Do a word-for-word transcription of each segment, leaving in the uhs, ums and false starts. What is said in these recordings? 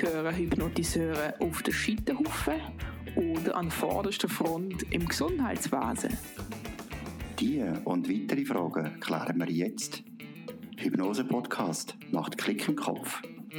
gehören Hypnotiseure auf den Scheiterhaufen oder an vorderster Front im Gesundheitswesen? Diese und weitere Fragen klären wir jetzt. Hypnose-Podcast macht Klick im Kopf.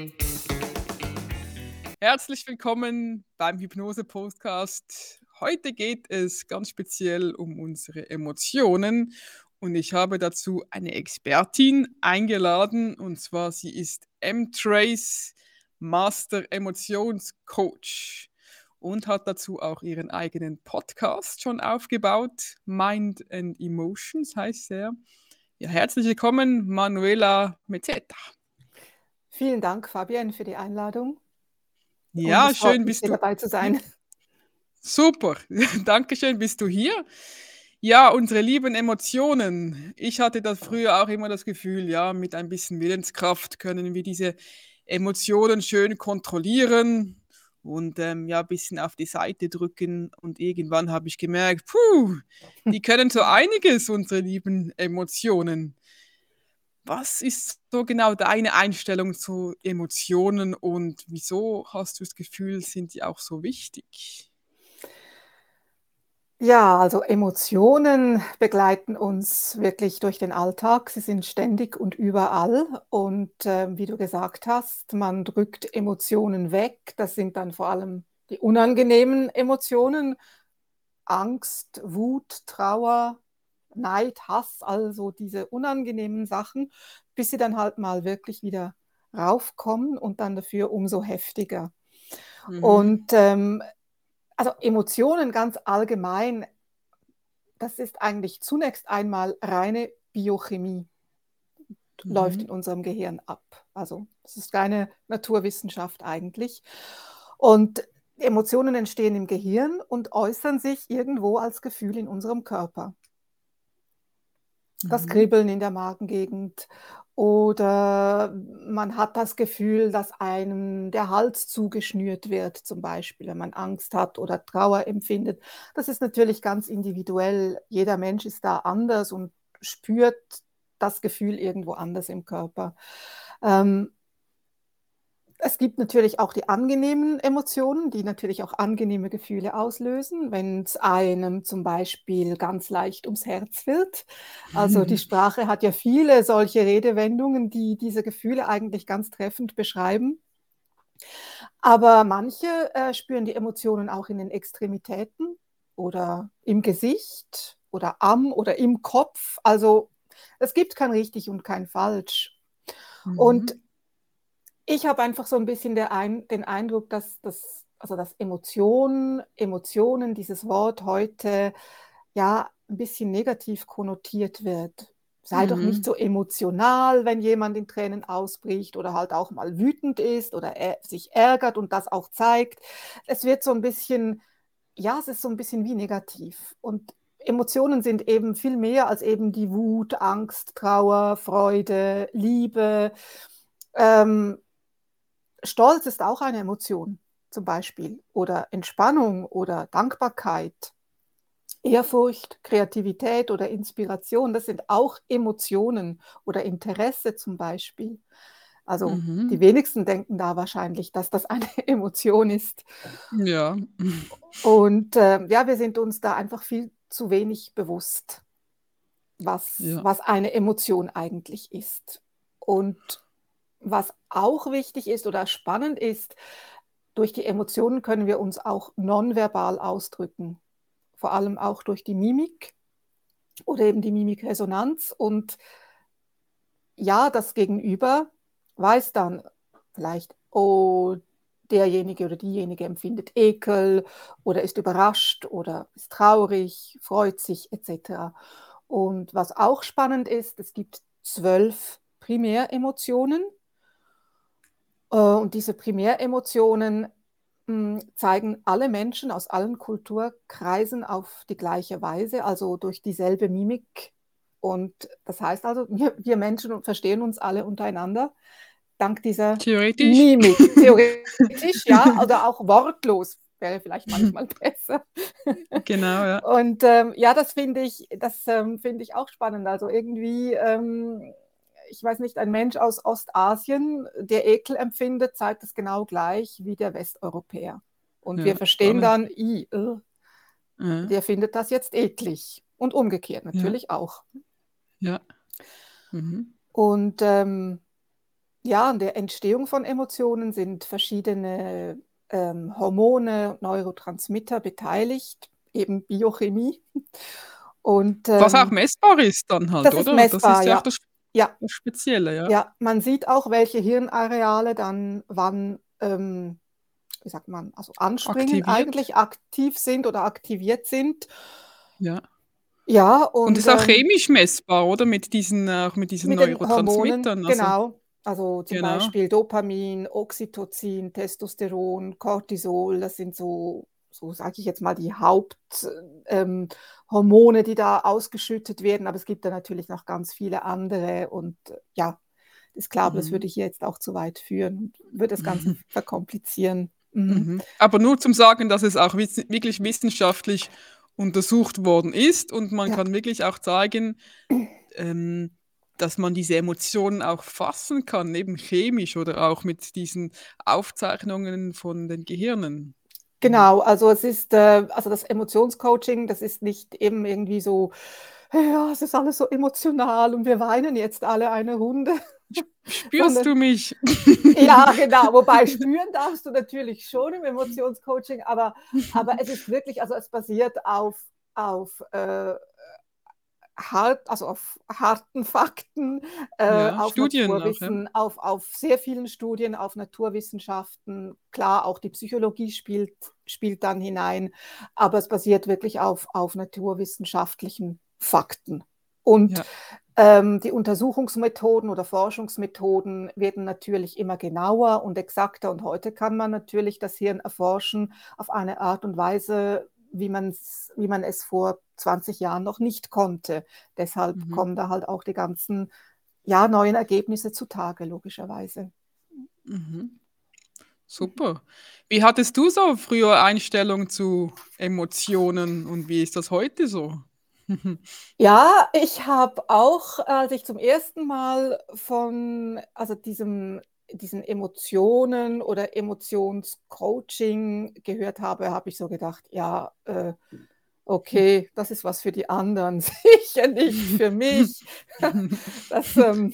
Herzlich willkommen beim Hypnose-Podcast. Heute geht es ganz speziell um unsere Emotionen und ich habe dazu eine Expertin eingeladen, und zwar sie ist M-Trace Master Emotionscoach und hat dazu auch ihren eigenen Podcast schon aufgebaut. Mind and Emotions heißt er. Ja, herzlich willkommen, Manuela Mezzetta. Vielen Dank, Fabian, für die Einladung. Ja, es freut schön mich, bist hier du dabei zu sein. Super, Dankeschön, bist du hier. Ja, unsere lieben Emotionen. Ich hatte da früher auch immer das Gefühl, ja, mit ein bisschen Willenskraft können wir diese Emotionen schön kontrollieren und ähm, ja, ein bisschen auf die Seite drücken. Und irgendwann habe ich gemerkt, puh, die können so einiges, unsere lieben Emotionen. Was ist so genau deine Einstellung zu Emotionen und wieso hast du das Gefühl, sind die auch so wichtig? Ja, also Emotionen begleiten uns wirklich durch den Alltag. Sie sind ständig und überall. Und äh, wie du gesagt hast, man drückt Emotionen weg. Das sind dann vor allem die unangenehmen Emotionen. Angst, Wut, Trauer, Neid, Hass, also diese unangenehmen Sachen, bis sie dann halt mal wirklich wieder raufkommen und dann dafür umso heftiger. Mhm. Und ähm, also Emotionen ganz allgemein, das ist eigentlich zunächst einmal reine Biochemie, Mhm. läuft in unserem Gehirn ab. Also es ist keine Naturwissenschaft eigentlich. Und Emotionen entstehen im Gehirn und äußern sich irgendwo als Gefühl in unserem Körper. Das Mhm. Kribbeln in der Magengegend oder man hat das Gefühl, dass einem der Hals zugeschnürt wird, zum Beispiel, wenn man Angst hat oder Trauer empfindet. Das ist natürlich ganz individuell. Jeder Mensch ist da anders und spürt das Gefühl irgendwo anders im Körper. Ähm, Es gibt natürlich auch die angenehmen Emotionen, die natürlich auch angenehme Gefühle auslösen, wenn es einem zum Beispiel ganz leicht ums Herz wird. Also die Sprache hat ja viele solche Redewendungen, die diese Gefühle eigentlich ganz treffend beschreiben. Aber manche äh, spüren die Emotionen auch in den Extremitäten oder im Gesicht oder am oder im Kopf. Also es gibt kein richtig und kein falsch. Mhm. Und ich habe einfach so ein bisschen der ein, den Eindruck, dass, das, also dass Emotionen, Emotionen, dieses Wort heute ja ein bisschen negativ konnotiert wird. Sei doch nicht Mhm. so emotional, wenn jemand in Tränen ausbricht oder halt auch mal wütend ist oder er sich ärgert und das auch zeigt. Es wird so ein bisschen, ja, es ist so ein bisschen wie negativ. Und Emotionen sind eben viel mehr als eben die Wut, Angst, Trauer, Freude, Liebe. Ähm, Stolz ist auch eine Emotion, zum Beispiel, oder Entspannung oder Dankbarkeit, Ehrfurcht, Kreativität oder Inspiration, das sind auch Emotionen oder Interesse zum Beispiel. Also Mhm. die wenigsten denken da wahrscheinlich, dass das eine Emotion ist. Ja. Und äh, ja, wir sind uns da einfach viel zu wenig bewusst, was, Ja. was eine Emotion eigentlich ist. Und was auch wichtig ist oder spannend ist, durch die Emotionen können wir uns auch nonverbal ausdrücken, vor allem auch durch die Mimik oder eben die Mimikresonanz. Und ja, das Gegenüber weiß dann vielleicht, oh, derjenige oder diejenige empfindet Ekel oder ist überrascht oder ist traurig, freut sich et cetera. Und was auch spannend ist, es gibt zwölf Primäremotionen. Und diese Primäremotionen mh, zeigen alle Menschen aus allen Kulturkreisen auf die gleiche Weise, also durch dieselbe Mimik. Und das heißt also, wir, wir Menschen verstehen uns alle untereinander dank dieser Theoretisch. Mimik. Theoretisch, ja, oder auch wortlos wäre vielleicht manchmal besser. Genau, ja. Und ähm, ja, das finde ich, das ähm, finde ich auch spannend. Also irgendwie, ähm, ich weiß nicht, ein Mensch aus Ostasien, der Ekel empfindet, zeigt es genau gleich wie der Westeuropäer. Und Ja, wir verstehen spannend. dann, I, äh, Ja, der findet das jetzt eklig. Und umgekehrt ja, natürlich auch. ja. Mhm. Und ähm, ja, an der Entstehung von Emotionen sind verschiedene ähm, Hormone und Neurotransmitter beteiligt, eben Biochemie. Und Was auch ähm, messbar ist dann halt, das ist oder? Das messbar, ist ja auch ja. das, Ja, das Spezielle, ja. ja, man sieht auch, welche Hirnareale dann wann, ähm, wie sagt man, also anspringen, Aktiviert, eigentlich aktiv sind oder aktiviert sind. ja. Ja, Und und ist auch ähm, chemisch messbar, oder? Mit diesen, auch mit diesen mit den Hormonen, Neurotransmittern, also genau. Also zum genau. Beispiel Dopamin, Oxytocin, Testosteron, Cortisol, das sind so, so sage ich jetzt mal, die Haupthormone, ähm, Hormone, die da ausgeschüttet werden. Aber es gibt da natürlich noch ganz viele andere. Und äh, ja, ist klar, aber das Mhm. würde hier jetzt auch zu weit führen und würde das Ganze verkomplizieren. Mhm. Mhm. Aber nur zum Sagen, dass es auch wiss wirklich wissenschaftlich untersucht worden ist und man Ja. kann wirklich auch zeigen, ähm, dass man diese Emotionen auch fassen kann, eben chemisch oder auch mit diesen Aufzeichnungen von den Gehirnen. Mhm. Genau, also es ist, äh, also das Emotionscoaching, das ist nicht eben irgendwie so, ja, es ist alles so emotional und wir weinen jetzt alle eine Runde, Spürst sondern du mich? ja, genau, wobei spüren darfst du natürlich schon im Emotionscoaching, aber, aber es ist wirklich, also es basiert auf, auf äh, hart, also auf harten Fakten, äh, Ja, auf Studien auch, ja. Naturwissen, auf, auf sehr vielen Studien, auf Naturwissenschaften. Klar, auch die Psychologie spielt, spielt dann hinein, aber es basiert wirklich auf, auf naturwissenschaftlichen Fakten. Und Ja. ähm, die Untersuchungsmethoden oder Forschungsmethoden werden natürlich immer genauer und exakter. Und heute kann man natürlich das Hirn erforschen auf eine Art und Weise, wie, man's, wie man es vor zwanzig Jahren noch nicht konnte. Deshalb Mhm. kommen da halt auch die ganzen ja, neuen Ergebnisse zutage, logischerweise. Mhm. Super. Wie hattest du so früher Einstellung zu Emotionen und wie ist das heute so? Ja, ich habe auch, als ich zum ersten Mal von also diesem, diesen Emotionen oder Emotionscoaching gehört habe, habe ich so gedacht, ja, äh, okay, das ist was für die anderen, sicher nicht für mich. Das ähm,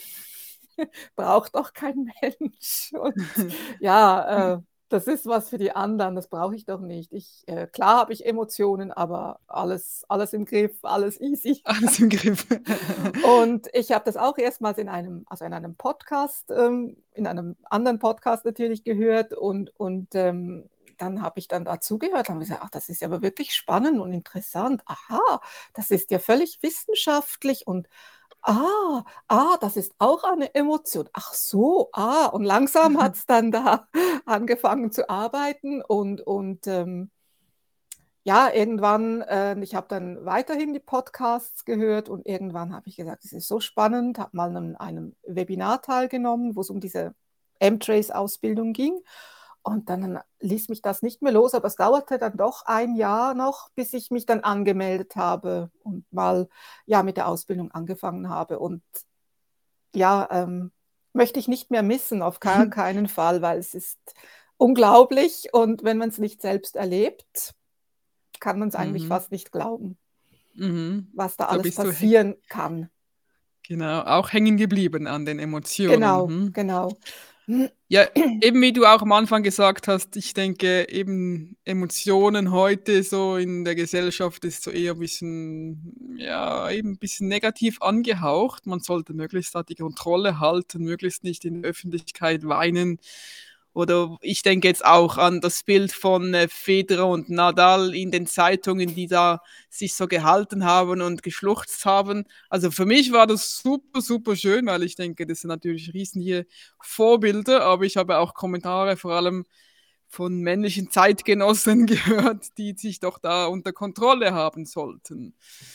braucht doch kein Mensch. Und ja, äh, das ist was für die anderen, das brauche ich doch nicht. Ich, äh, klar habe ich Emotionen, aber alles, alles im Griff, alles easy. Alles im Griff. Und ich habe das auch erstmals in einem, also in einem Podcast, ähm, in einem anderen Podcast natürlich gehört und, und ähm, dann habe ich dann dazugehört und habe gesagt, ach, das ist ja aber wirklich spannend und interessant. Aha, das ist ja völlig wissenschaftlich und ah, ah, das ist auch eine Emotion. Ach so, ah, und langsam hat es dann da angefangen zu arbeiten und, und ähm, ja, irgendwann, äh, ich habe dann weiterhin die Podcasts gehört und irgendwann habe ich gesagt, es ist so spannend, habe mal an einem Webinar teilgenommen, wo es um diese M-Trace-Ausbildung ging. Und dann ließ mich das nicht mehr los, aber es dauerte dann doch ein Jahr noch, bis ich mich dann angemeldet habe und mal ja, mit der Ausbildung angefangen habe. Und ja, ähm, möchte ich nicht mehr missen, auf gar keinen Fall, weil es ist unglaublich und wenn man es nicht selbst erlebt, kann man es eigentlich Mhm. fast nicht glauben, Mhm. was da Da alles bist du häng passieren kann. genau, auch hängen geblieben an den Emotionen. Genau, Mhm. genau. Ja, eben wie du auch am Anfang gesagt hast, ich denke eben Emotionen heute so in der Gesellschaft ist so eher ein bisschen, ja, eben ein bisschen negativ angehaucht. Man sollte möglichst da die Kontrolle halten, möglichst nicht in der Öffentlichkeit weinen. Oder ich denke jetzt auch an das Bild von äh, Federer und Nadal in den Zeitungen, die da sich so gehalten haben und geschluchzt haben. Also für mich war das super, super schön, weil ich denke, das sind natürlich riesige Vorbilder, aber ich habe auch Kommentare vor allem von männlichen Zeitgenossen gehört, die sich doch da unter Kontrolle haben sollten.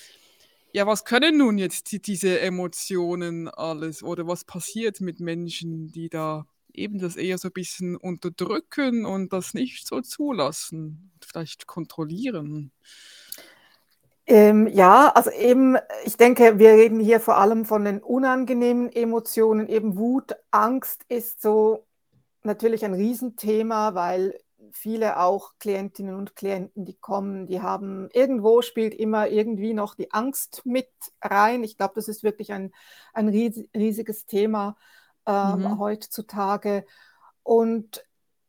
Ja, was können nun jetzt die, diese Emotionen alles oder was passiert mit Menschen, die da eben das eher so ein bisschen unterdrücken und das nicht so zulassen, vielleicht kontrollieren? Ähm, ja, also eben, ich denke, wir reden hier vor allem von den unangenehmen Emotionen. Eben Wut, Angst ist so natürlich ein Riesenthema, weil viele auch Klientinnen und Klienten, die kommen, die haben irgendwo spielt immer irgendwie noch die Angst mit rein. Ich glaube, das ist wirklich ein, ein ries- riesiges Thema ähm, Mhm. heutzutage. Und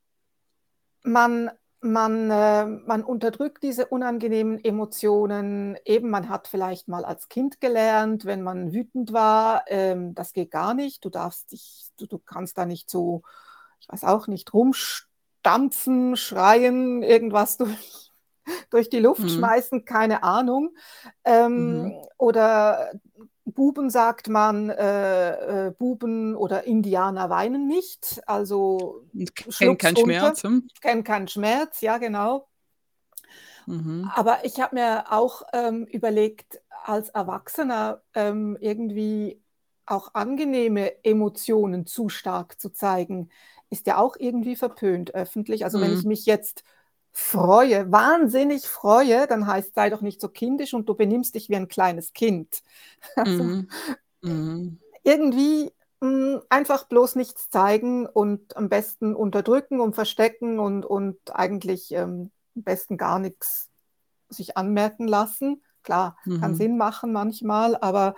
man, man, äh, man unterdrückt diese unangenehmen Emotionen. Eben, man hat vielleicht mal als Kind gelernt, wenn man wütend war, ähm, das geht gar nicht. Du darfst dich, du, du kannst da nicht so, ich weiß auch nicht, rumstampfen, schreien, irgendwas durch, durch die Luft Mhm. schmeißen, keine Ahnung. Ähm, Mhm. oder Buben sagt man, äh, äh, Buben oder Indianer weinen nicht, also Und kennt schluck's keinen runter, Schmerz. Hm? kennen keinen Schmerz, ja genau. Mhm. Aber ich habe mir auch ähm, überlegt, als Erwachsener ähm, irgendwie auch angenehme Emotionen zu stark zu zeigen, ist ja auch irgendwie verpönt öffentlich. Also wenn ich Mhm. mich jetzt freue, wahnsinnig freue, dann heißt, sei doch nicht so kindisch und du benimmst dich wie ein kleines Kind. Also Mhm. Mhm. irgendwie mh, einfach bloß nichts zeigen und am besten unterdrücken und verstecken und, und eigentlich ähm, am besten gar nichts sich anmerken lassen. Klar, kann Mhm. Sinn machen manchmal, aber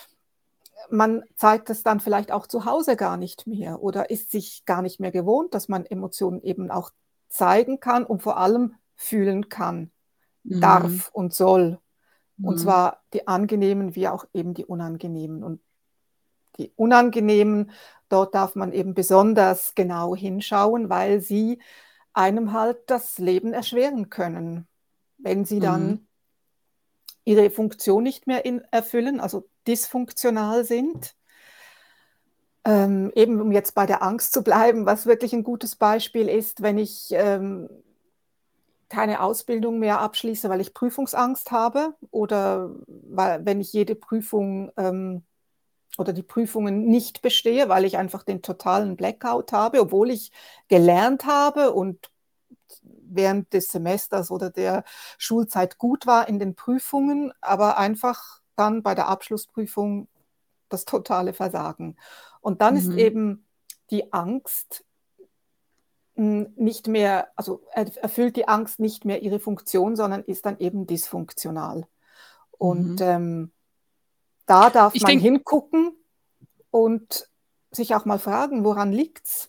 man zeigt es dann vielleicht auch zu Hause gar nicht mehr oder ist sich gar nicht mehr gewohnt, dass man Emotionen eben auch zeigen kann und vor allem fühlen kann, Mhm. darf und soll. Und Mhm. zwar die angenehmen wie auch eben die unangenehmen. Und die unangenehmen, dort darf man eben besonders genau hinschauen, weil sie einem halt das Leben erschweren können, wenn sie Mhm. dann ihre Funktion nicht mehr in, erfüllen, also dysfunktional sind. Ähm, eben um jetzt bei der Angst zu bleiben, was wirklich ein gutes Beispiel ist, wenn ich ähm, keine Ausbildung mehr abschließe, weil ich Prüfungsangst habe oder weil, wenn ich jede Prüfung ähm, oder die Prüfungen nicht bestehe, weil ich einfach den totalen Blackout habe, obwohl ich gelernt habe und während des Semesters oder der Schulzeit gut war in den Prüfungen, aber einfach dann bei der Abschlussprüfung das totale Versagen. Und dann ist Mhm. eben die Angst mh, nicht mehr, also erfüllt die Angst nicht mehr ihre Funktion, sondern ist dann eben dysfunktional. Und Mhm. ähm, da darf Ich man denke, hingucken und sich auch mal fragen, woran liegt es?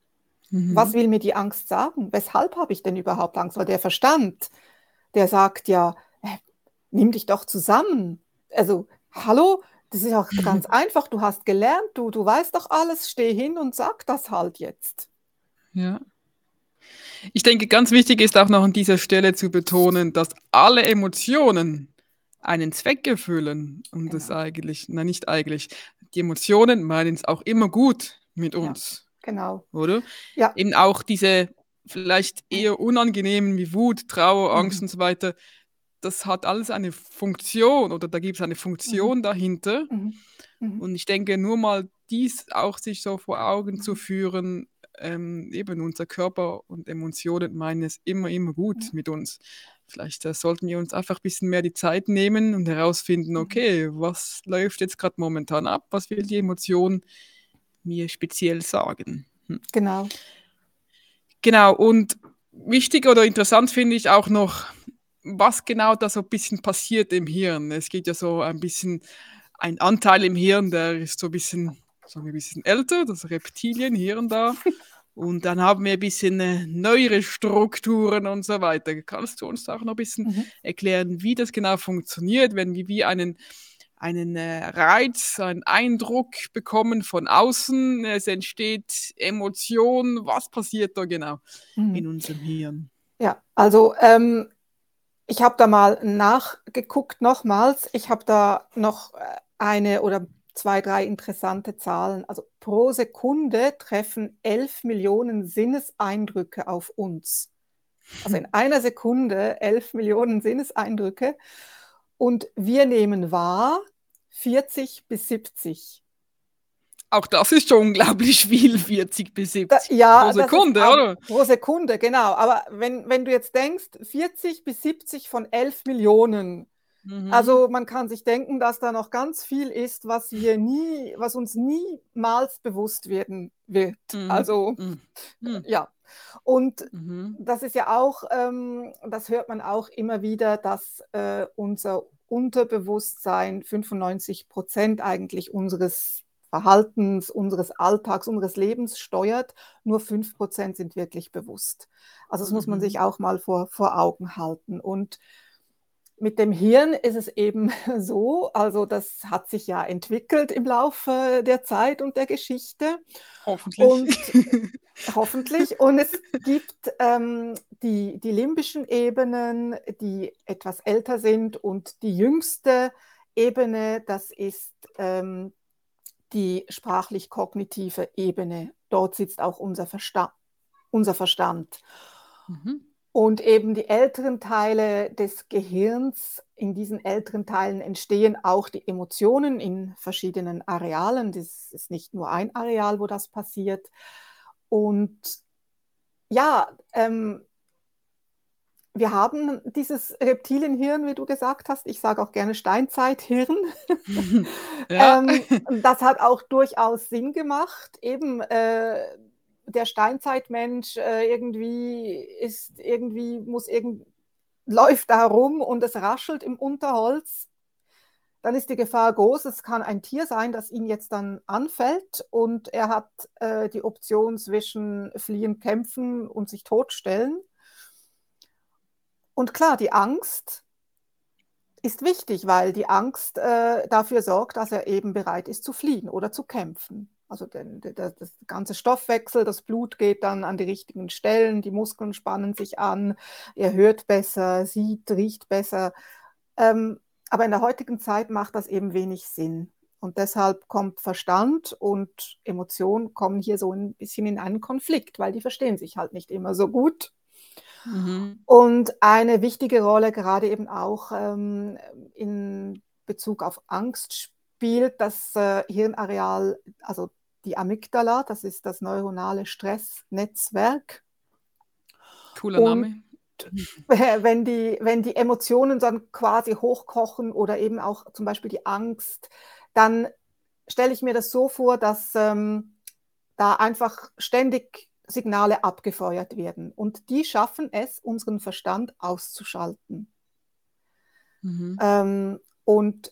Was mhm. will mir die Angst sagen? Weshalb habe ich denn überhaupt Angst? Weil der Verstand, der sagt ja, äh, nimm dich doch zusammen. Also, hallo, das ist auch ganz einfach. Du hast gelernt, du, du weißt doch alles, steh hin und sag das halt jetzt. Ja. Ich denke, ganz wichtig ist auch noch an dieser Stelle zu betonen, dass alle Emotionen einen Zweck erfüllen und es Genau, eigentlich, na nicht eigentlich, die Emotionen meinen es auch immer gut mit ja, uns, genau. oder? Ja, Eben auch diese vielleicht eher unangenehmen wie Wut, Trauer, Angst mhm, und so weiter, das hat alles eine Funktion oder da gibt es eine mhm, Funktion dahinter. mhm, mhm, Und ich denke, nur mal dies auch sich so vor Augen zu mhm, führen, ähm, eben unser Körper und Emotionen meinen es immer, immer gut ja, mit uns. Vielleicht äh, sollten wir uns einfach ein bisschen mehr die Zeit nehmen und herausfinden, mhm, okay, was läuft jetzt gerade momentan ab? Was will die Emotion mir speziell sagen? Hm. genau. Genau, und wichtig oder interessant finde ich auch noch, was genau da so ein bisschen passiert im Hirn. Es gibt ja so ein bisschen ein Anteil im Hirn, der ist so ein bisschen, sagen wir, ein bisschen älter, das Reptilienhirn da. Und dann haben wir ein bisschen äh, neuere Strukturen und so weiter. Kannst du uns auch noch ein bisschen Mhm. erklären, wie das genau funktioniert, wenn wir wie einen, einen äh, Reiz, einen Eindruck bekommen von außen, es entsteht Emotion, was passiert da genau Mhm. in unserem Hirn? Ja, also ähm, ich habe da mal nachgeguckt nochmals. Ich habe da noch äh, eine oder zwei, drei interessante Zahlen. Also pro Sekunde treffen elf Millionen Sinneseindrücke auf uns. Also in einer Sekunde elf Millionen Sinneseindrücke. Und wir nehmen wahr vierzig bis siebzig. Auch das ist schon unglaublich viel, vierzig bis Da, siebzig pro ja, das ist Sekunde, aber oder? pro Sekunde, genau. Aber wenn, wenn du jetzt denkst, vierzig bis siebzig von elf Millionen, Mhm. Also man kann sich denken, dass da noch ganz viel ist, was wir nie, was uns niemals bewusst werden wird. Mhm. Also Mhm. Mhm. ja, und Mhm. das ist ja auch, ähm, das hört man auch immer wieder, dass äh, unser Unterbewusstsein fünfundneunzig Prozent eigentlich unseres Verhaltens, unseres Alltags, unseres Lebens steuert. Nur fünf Prozent sind wirklich bewusst. Also das muss man sich Mhm. auch mal vor, vor Augen halten. Und mit dem Hirn ist es eben so, also das hat sich ja entwickelt im Laufe der Zeit und der Geschichte. Hoffentlich. Und hoffentlich. Und es gibt ähm, die, die limbischen Ebenen, die etwas älter sind. Und die jüngste Ebene, das ist ähm, die sprachlich-kognitive Ebene. Dort sitzt auch unser Versta- unser Verstand. Mhm. Und eben die älteren Teile des Gehirns, in diesen älteren Teilen entstehen auch die Emotionen in verschiedenen Arealen. Das ist nicht nur ein Areal, wo das passiert. Und ja, ähm, wir haben dieses Reptilienhirn, wie du gesagt hast. Ich sage auch gerne Steinzeithirn. Ja. ähm, das hat auch durchaus Sinn gemacht. Eben äh, der Steinzeitmensch äh, irgendwie ist irgendwie muss irgend läuft da rum und es raschelt im Unterholz. Dann ist die Gefahr groß, es kann ein Tier sein, das ihn jetzt dann anfällt und er hat äh, die Option zwischen fliehen, kämpfen und sich totstellen. Und klar, die Angst ist wichtig, weil die Angst äh, dafür sorgt, dass er eben bereit ist zu fliehen oder zu kämpfen. Also den, der, das ganze Stoffwechsel, das Blut geht dann an die richtigen Stellen, die Muskeln spannen sich an, er hört besser, sieht, riecht besser. Ähm, aber in der heutigen Zeit macht das eben wenig Sinn. Und deshalb kommt Verstand und Emotion kommen hier so ein bisschen in einen Konflikt, weil die verstehen sich halt nicht immer so gut. Mhm. Und eine wichtige Rolle gerade eben auch ähm, in Bezug auf Angst spielt das äh, Hirnareal, also die Amygdala, das ist das neuronale Stressnetzwerk. Cooler Und Name. wenn die, wenn die Emotionen dann quasi hochkochen oder eben auch zum Beispiel die Angst, dann stelle ich mir das so vor, dass ähm, da einfach ständig Signale abgefeuert werden. Und die schaffen es, unseren Verstand auszuschalten. Mhm. Ähm, und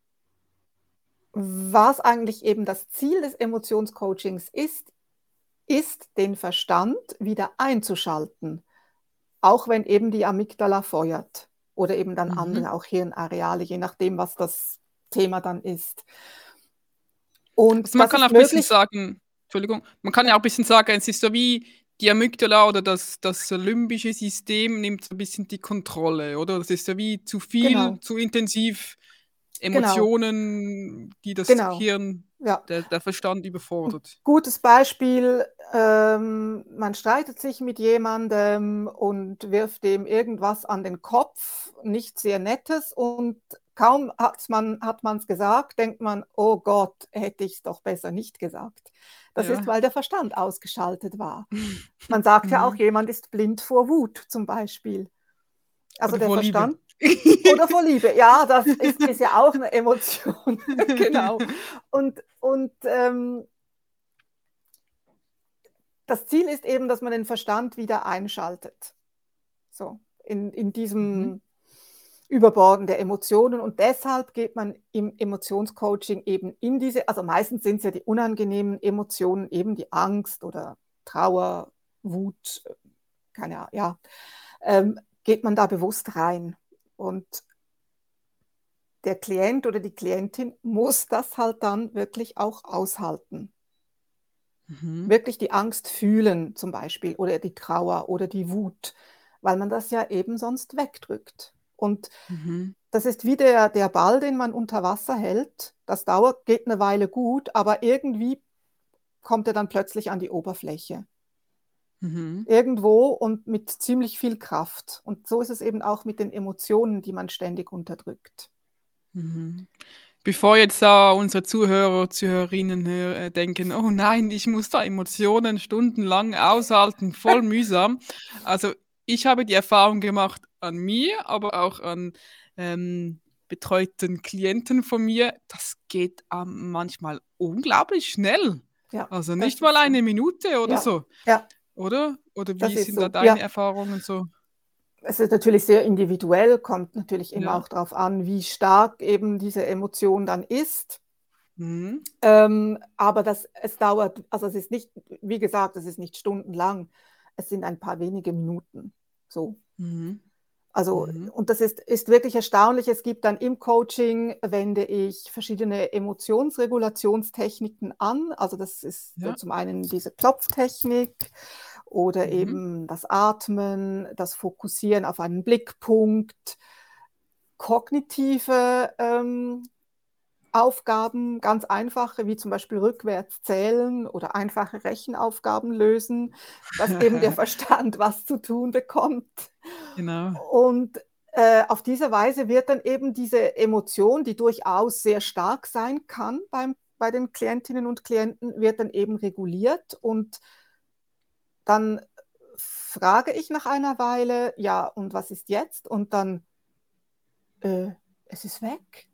was eigentlich eben das Ziel des Emotionscoachings ist, ist, den Verstand wieder einzuschalten, auch wenn eben die Amygdala feuert oder eben dann Mhm. andere, auch Hirnareale, je nachdem, was das Thema dann ist. Und Also man das kann ist auch ein bisschen möglich. sagen, Entschuldigung, man kann ja auch ein bisschen sagen, es ist so wie die Amygdala oder das, das limbische System nimmt so ein bisschen die Kontrolle, oder? Das ist so wie zu viel, Genau, zu intensiv genau, Emotionen, die das genau. Hirn, Ja. der, der Verstand Ein überfordert. gutes Beispiel, ähm, man streitet sich mit jemandem und wirft dem irgendwas an den Kopf, nichts sehr Nettes, und kaum hat man hat man es gesagt, denkt man, oh Gott, hätte ich es doch besser nicht gesagt. Das ist, Ja. weil der Verstand ausgeschaltet war. Man sagt ja auch, Mhm. jemand ist blind vor Wut zum Beispiel. Also Oder der vor Liebe. Verstand oder vor Liebe, ja, das ist, ist ja auch eine Emotion. Genau. Und, und ähm, das Ziel ist eben, dass man den Verstand wieder einschaltet. So, in, in diesem Mhm. Überborden der Emotionen. Und deshalb geht man im Emotionscoaching eben in diese, also meistens sind es ja die unangenehmen Emotionen, eben die Angst oder Trauer, Wut, keine Ahnung, ja, ähm, geht man da bewusst rein. Und der Klient oder die Klientin muss das halt dann wirklich auch aushalten. Mhm. Wirklich die Angst fühlen zum Beispiel oder die Trauer oder die Wut, weil man das ja eben sonst wegdrückt. Und Mhm. das ist wie der, der Ball, den man unter Wasser hält. Das dauert, geht eine Weile gut, aber irgendwie kommt er dann plötzlich an die Oberfläche. Mhm. Irgendwo und mit ziemlich viel Kraft. Und so ist es eben auch mit den Emotionen, die man ständig unterdrückt. Mhm. Bevor jetzt da unsere Zuhörer, Zuhörerinnen äh, denken, oh nein, ich muss da Emotionen stundenlang aushalten, voll mühsam. Also ich habe die Erfahrung gemacht an mir, aber auch an ähm, betreuten Klienten von mir, das geht ähm, manchmal unglaublich schnell. Ja, Also das nicht mal ist so. eine Minute oder Ja, so, ja, oder? Oder das wie ist sind da so. deine Ja, Erfahrungen so? es ist natürlich sehr individuell, kommt natürlich immer Ja. auch darauf an, wie stark eben diese Emotion dann ist. Mhm. Ähm, aber das, es dauert, also es ist nicht, wie gesagt, es ist nicht stundenlang, es sind ein paar wenige Minuten. So. Mhm. Also, Mhm. und das ist, ist wirklich erstaunlich. Es gibt dann im Coaching, wende ich verschiedene Emotionsregulationstechniken an. Also das ist so Ja. zum einen diese Klopftechnik oder Mhm. eben das Atmen, das Fokussieren auf einen Blickpunkt, kognitive ähm, Aufgaben, ganz einfache, wie zum Beispiel rückwärts zählen oder einfache Rechenaufgaben lösen, dass eben der Verstand was zu tun bekommt. Genau. Und äh, auf diese Weise wird dann eben diese Emotion, die durchaus sehr stark sein kann beim, bei den Klientinnen und Klienten, wird dann eben reguliert. Und dann frage ich nach einer Weile, ja, und was ist jetzt? Und dann, äh, es ist weg.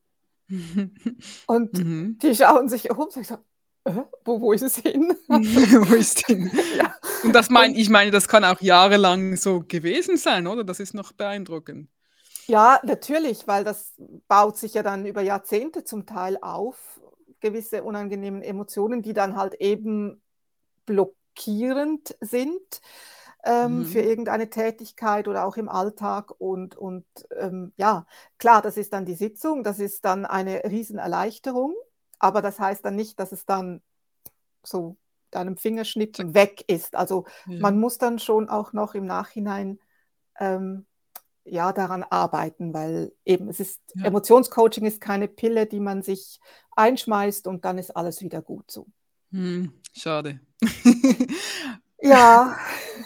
Und Mhm. die schauen sich um und ich so, äh, wo, wo ist es hin? Wo ist denn? Ja. Und das meine Und ich meine, das kann auch jahrelang so gewesen sein, oder? Das ist noch beeindruckend. ja, natürlich, weil das baut sich ja dann über Jahrzehnte zum Teil auf, gewisse unangenehmen Emotionen, die dann halt eben blockierend sind ähm, für Mhm. irgendeine Tätigkeit oder auch im Alltag. Und, und ähm, ja, klar, das ist dann die Sitzung, das ist dann eine Riesenerleichterung, aber das heißt dann nicht, dass es dann so mit einem Zack. Fingerschnippen weg ist. Also man Ja. muss dann schon auch noch im Nachhinein ähm, ja, daran arbeiten, weil eben es ist, Ja. Emotionscoaching ist keine Pille, die man sich einschmeißt und dann ist alles wieder gut so. Hm, schade. Ja,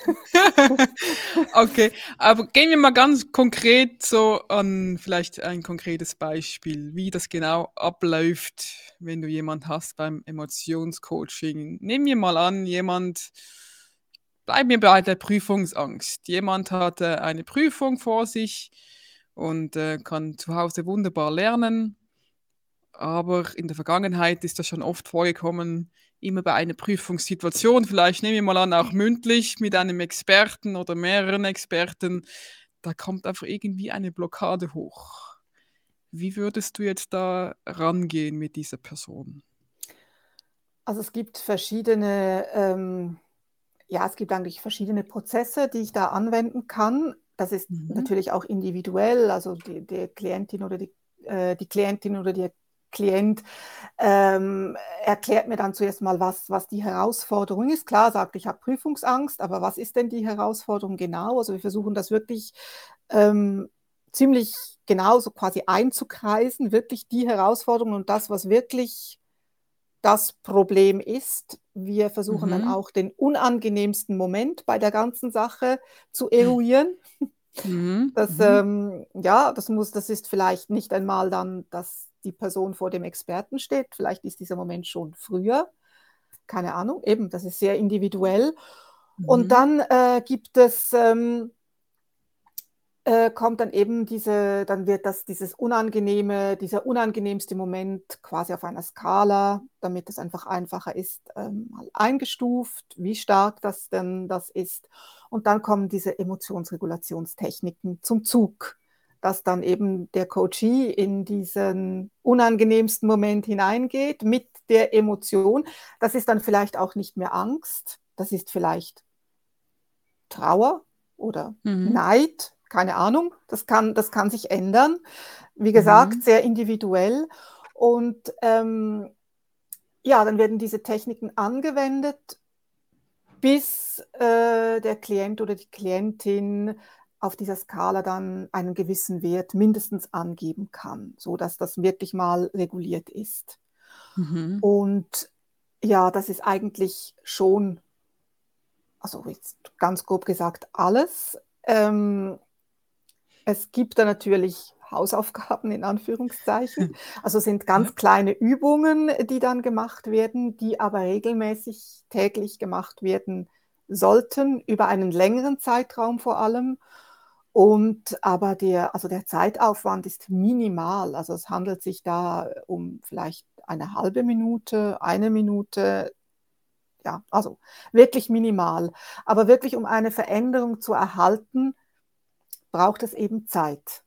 Okay, aber gehen wir mal ganz konkret so an vielleicht ein konkretes Beispiel, wie das genau abläuft, wenn du jemand hast beim Emotionscoaching. Nehmen wir mal an, jemand, bleiben wir bei der Prüfungsangst. Jemand hat äh, eine Prüfung vor sich und äh, kann zu Hause wunderbar lernen, aber in der Vergangenheit ist das schon oft vorgekommen, immer bei einer Prüfungssituation, vielleicht nehmen wir mal an, auch mündlich mit einem Experten oder mehreren Experten, da kommt einfach irgendwie eine Blockade hoch. Wie würdest du jetzt da rangehen mit dieser Person? also es gibt verschiedene, ähm, ja, es gibt eigentlich verschiedene Prozesse, die ich da anwenden kann. Das ist Mhm. natürlich auch individuell, also die, die Klientin oder die, äh, die Klientin oder der Klient ähm, erklärt mir dann zuerst mal, was, was die Herausforderung ist. Klar, sagt, ich habe Prüfungsangst, aber was ist denn die Herausforderung genau? Also wir versuchen das wirklich ähm, ziemlich genau so quasi einzukreisen, wirklich die Herausforderung und das, was wirklich das Problem ist. Wir versuchen dann Mhm. auch den unangenehmsten Moment bei der ganzen Sache zu eruieren. Mhm. Das, Mhm. ähm, ja, das muss, das ist vielleicht nicht einmal dann, dass die Person vor dem Experten steht. Vielleicht ist dieser Moment schon früher. Keine Ahnung, eben, das ist sehr individuell. Und Mhm. dann äh, gibt es ähm, äh, kommt dann eben diese, dann wird das dieses unangenehme, dieser unangenehmste Moment quasi auf einer Skala, damit es einfach einfacher ist, ähm, mal eingestuft, wie stark das denn das ist. Und dann kommen diese Emotionsregulationstechniken zum Zug, dass dann eben der Coachee in diesen unangenehmsten Moment hineingeht mit der Emotion. Das ist dann vielleicht auch nicht mehr Angst, das ist vielleicht Trauer oder Mhm. Neid, keine Ahnung, das kann, das kann sich ändern. Wie gesagt, Mhm. sehr individuell. Und ähm, ja, dann werden diese Techniken angewendet, bis äh, der Klient oder die Klientin auf dieser Skala dann einen gewissen Wert mindestens angeben kann, sodass das wirklich mal reguliert ist. Mhm. Und ja, das ist eigentlich schon, also jetzt ganz grob gesagt, alles. Ähm, Es gibt da natürlich Hausaufgaben in Anführungszeichen. Also sind Ja. ganz kleine Übungen, die dann gemacht werden, die aber regelmäßig täglich gemacht werden sollten, über einen längeren Zeitraum vor allem. Und aber der, also der Zeitaufwand ist minimal. Also es handelt sich da um vielleicht eine halbe Minute, eine Minute, ja, also wirklich minimal. Aber wirklich, um eine Veränderung zu erhalten, braucht es eben Zeit.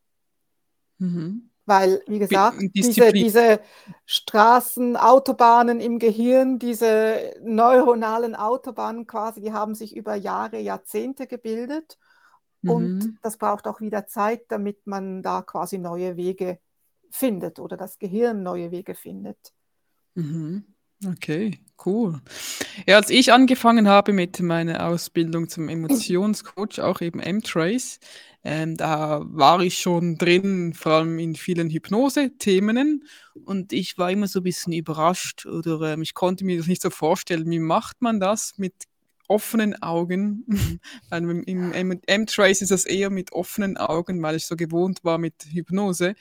Mhm. Weil, wie Bi- gesagt, diese, Disziplin. diese Straßen, Autobahnen im Gehirn, diese neuronalen Autobahnen quasi, die haben sich über Jahre, Jahrzehnte gebildet. Und Mhm. das braucht auch wieder Zeit, damit man da quasi neue Wege findet oder das Gehirn neue Wege findet. Mhm. Okay, cool. Ja, als ich angefangen habe mit meiner Ausbildung zum Emotionscoach, auch eben M-Trace, ähm, da war ich schon drin, vor allem in vielen Hypnose-Themen. Und ich war immer so ein bisschen überrascht oder ähm, ich konnte mir das nicht so vorstellen, wie macht man das mit offenen Augen? Weil im im M- M-Trace ist das eher mit offenen Augen, weil ich so gewohnt war mit Hypnose.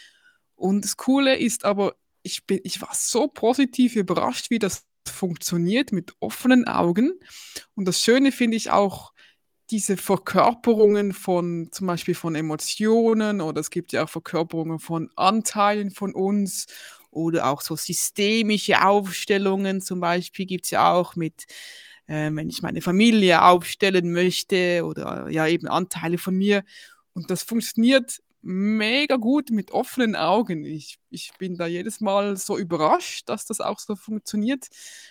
Und das Coole ist aber, ich bin, ich war so positiv überrascht, wie das funktioniert mit offenen Augen. Und das Schöne finde ich auch diese Verkörperungen von zum Beispiel von Emotionen oder es gibt ja auch Verkörperungen von Anteilen von uns oder auch so systemische Aufstellungen zum Beispiel gibt es ja auch mit, äh, wenn ich meine Familie aufstellen möchte oder ja eben Anteile von mir. Und das funktioniert mega gut mit offenen Augen. Ich, ich bin da jedes Mal so überrascht, dass das auch so funktioniert.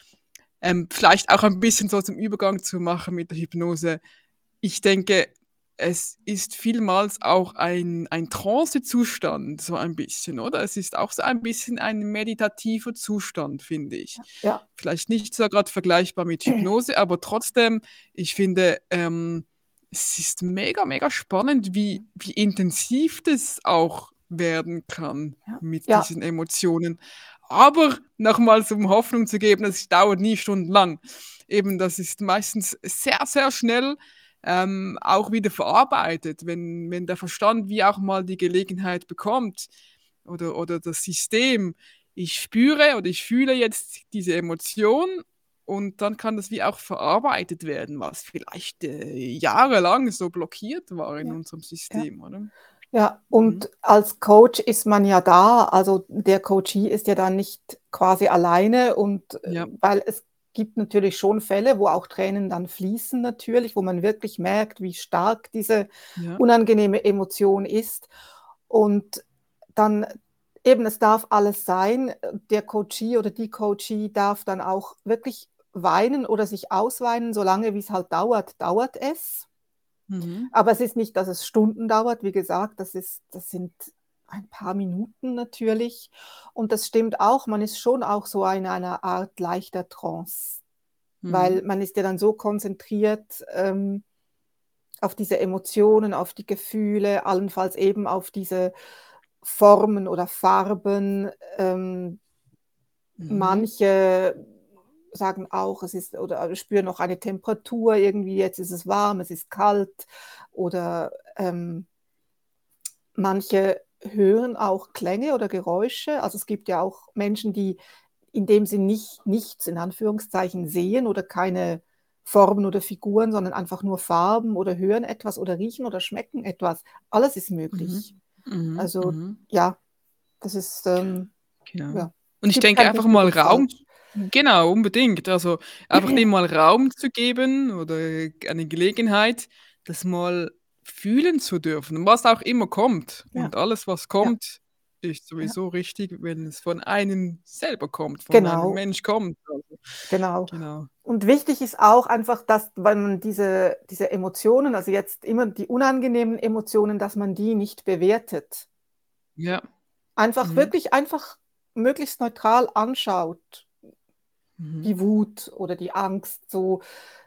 Ähm, vielleicht auch ein bisschen so zum Übergang zu machen mit der Hypnose. Ich denke, es ist vielmals auch ein, ein Trance-Zustand, so ein bisschen, oder? Es ist auch so ein bisschen ein meditativer Zustand, finde ich. Ja, Vielleicht nicht so gerade vergleichbar mit Hypnose, aber trotzdem, ich finde, ähm, es ist mega, mega spannend, wie, wie intensiv das auch werden kann ja, mit ja, diesen Emotionen. Aber nochmals, um Hoffnung zu geben, es dauert nie stundenlang. Eben, das ist meistens sehr, sehr schnell ähm, auch wieder verarbeitet, wenn, wenn der Verstand wie auch mal die Gelegenheit bekommt oder, oder das System, ich spüre oder ich fühle jetzt diese Emotion und dann kann das wie auch verarbeitet werden, was vielleicht äh, jahrelang so blockiert war in ja, unserem ja. System, oder? Ja, Mhm. und als Coach ist man ja da, also der Coachee ist ja dann nicht quasi alleine und äh, Ja, weil es gibt natürlich schon Fälle, wo auch Tränen dann fließen natürlich, wo man wirklich merkt, wie stark diese ja. unangenehme Emotion ist und dann eben, es darf alles sein, der Coachee oder die Coachee darf dann auch wirklich weinen oder sich ausweinen, solange wie es halt dauert, dauert es. Mhm. Aber es ist nicht, dass es Stunden dauert. Wie gesagt, das ist, das sind ein paar Minuten natürlich. Und das stimmt auch, man ist schon auch so in einer Art leichter Trance, Mhm. weil man ist ja dann so konzentriert ähm, auf diese Emotionen, auf die Gefühle, allenfalls eben auf diese Formen oder Farben. Ähm, Mhm. manche sagen auch, es ist, oder spüren noch eine Temperatur irgendwie, jetzt ist es warm, es ist kalt oder ähm, manche hören auch Klänge oder Geräusche. Also es gibt ja auch Menschen, die indem sie nicht, nichts in Anführungszeichen sehen oder keine Formen oder Figuren, sondern einfach nur Farben oder hören etwas oder riechen oder schmecken etwas. Alles ist Mhm. möglich. Mhm. Also Mhm. ja, das ist, ähm, Genau. ja, Und es ich gibt denke kein einfach richtig mal und Raum, falsch. genau, unbedingt. Also einfach dem mal Raum zu geben oder eine Gelegenheit, das mal fühlen zu dürfen, was auch immer kommt. Ja, Und alles, was ja, kommt, ist ja, sowieso richtig, wenn es von einem selber kommt, von einem genau, Mensch kommt. Also, genau. genau. Und wichtig ist auch einfach, dass, weil man diese, diese Emotionen, also jetzt immer die unangenehmen Emotionen, dass man die nicht bewertet. Ja. Einfach Mhm. wirklich einfach möglichst neutral anschaut, Mhm. die Wut oder die Angst. So.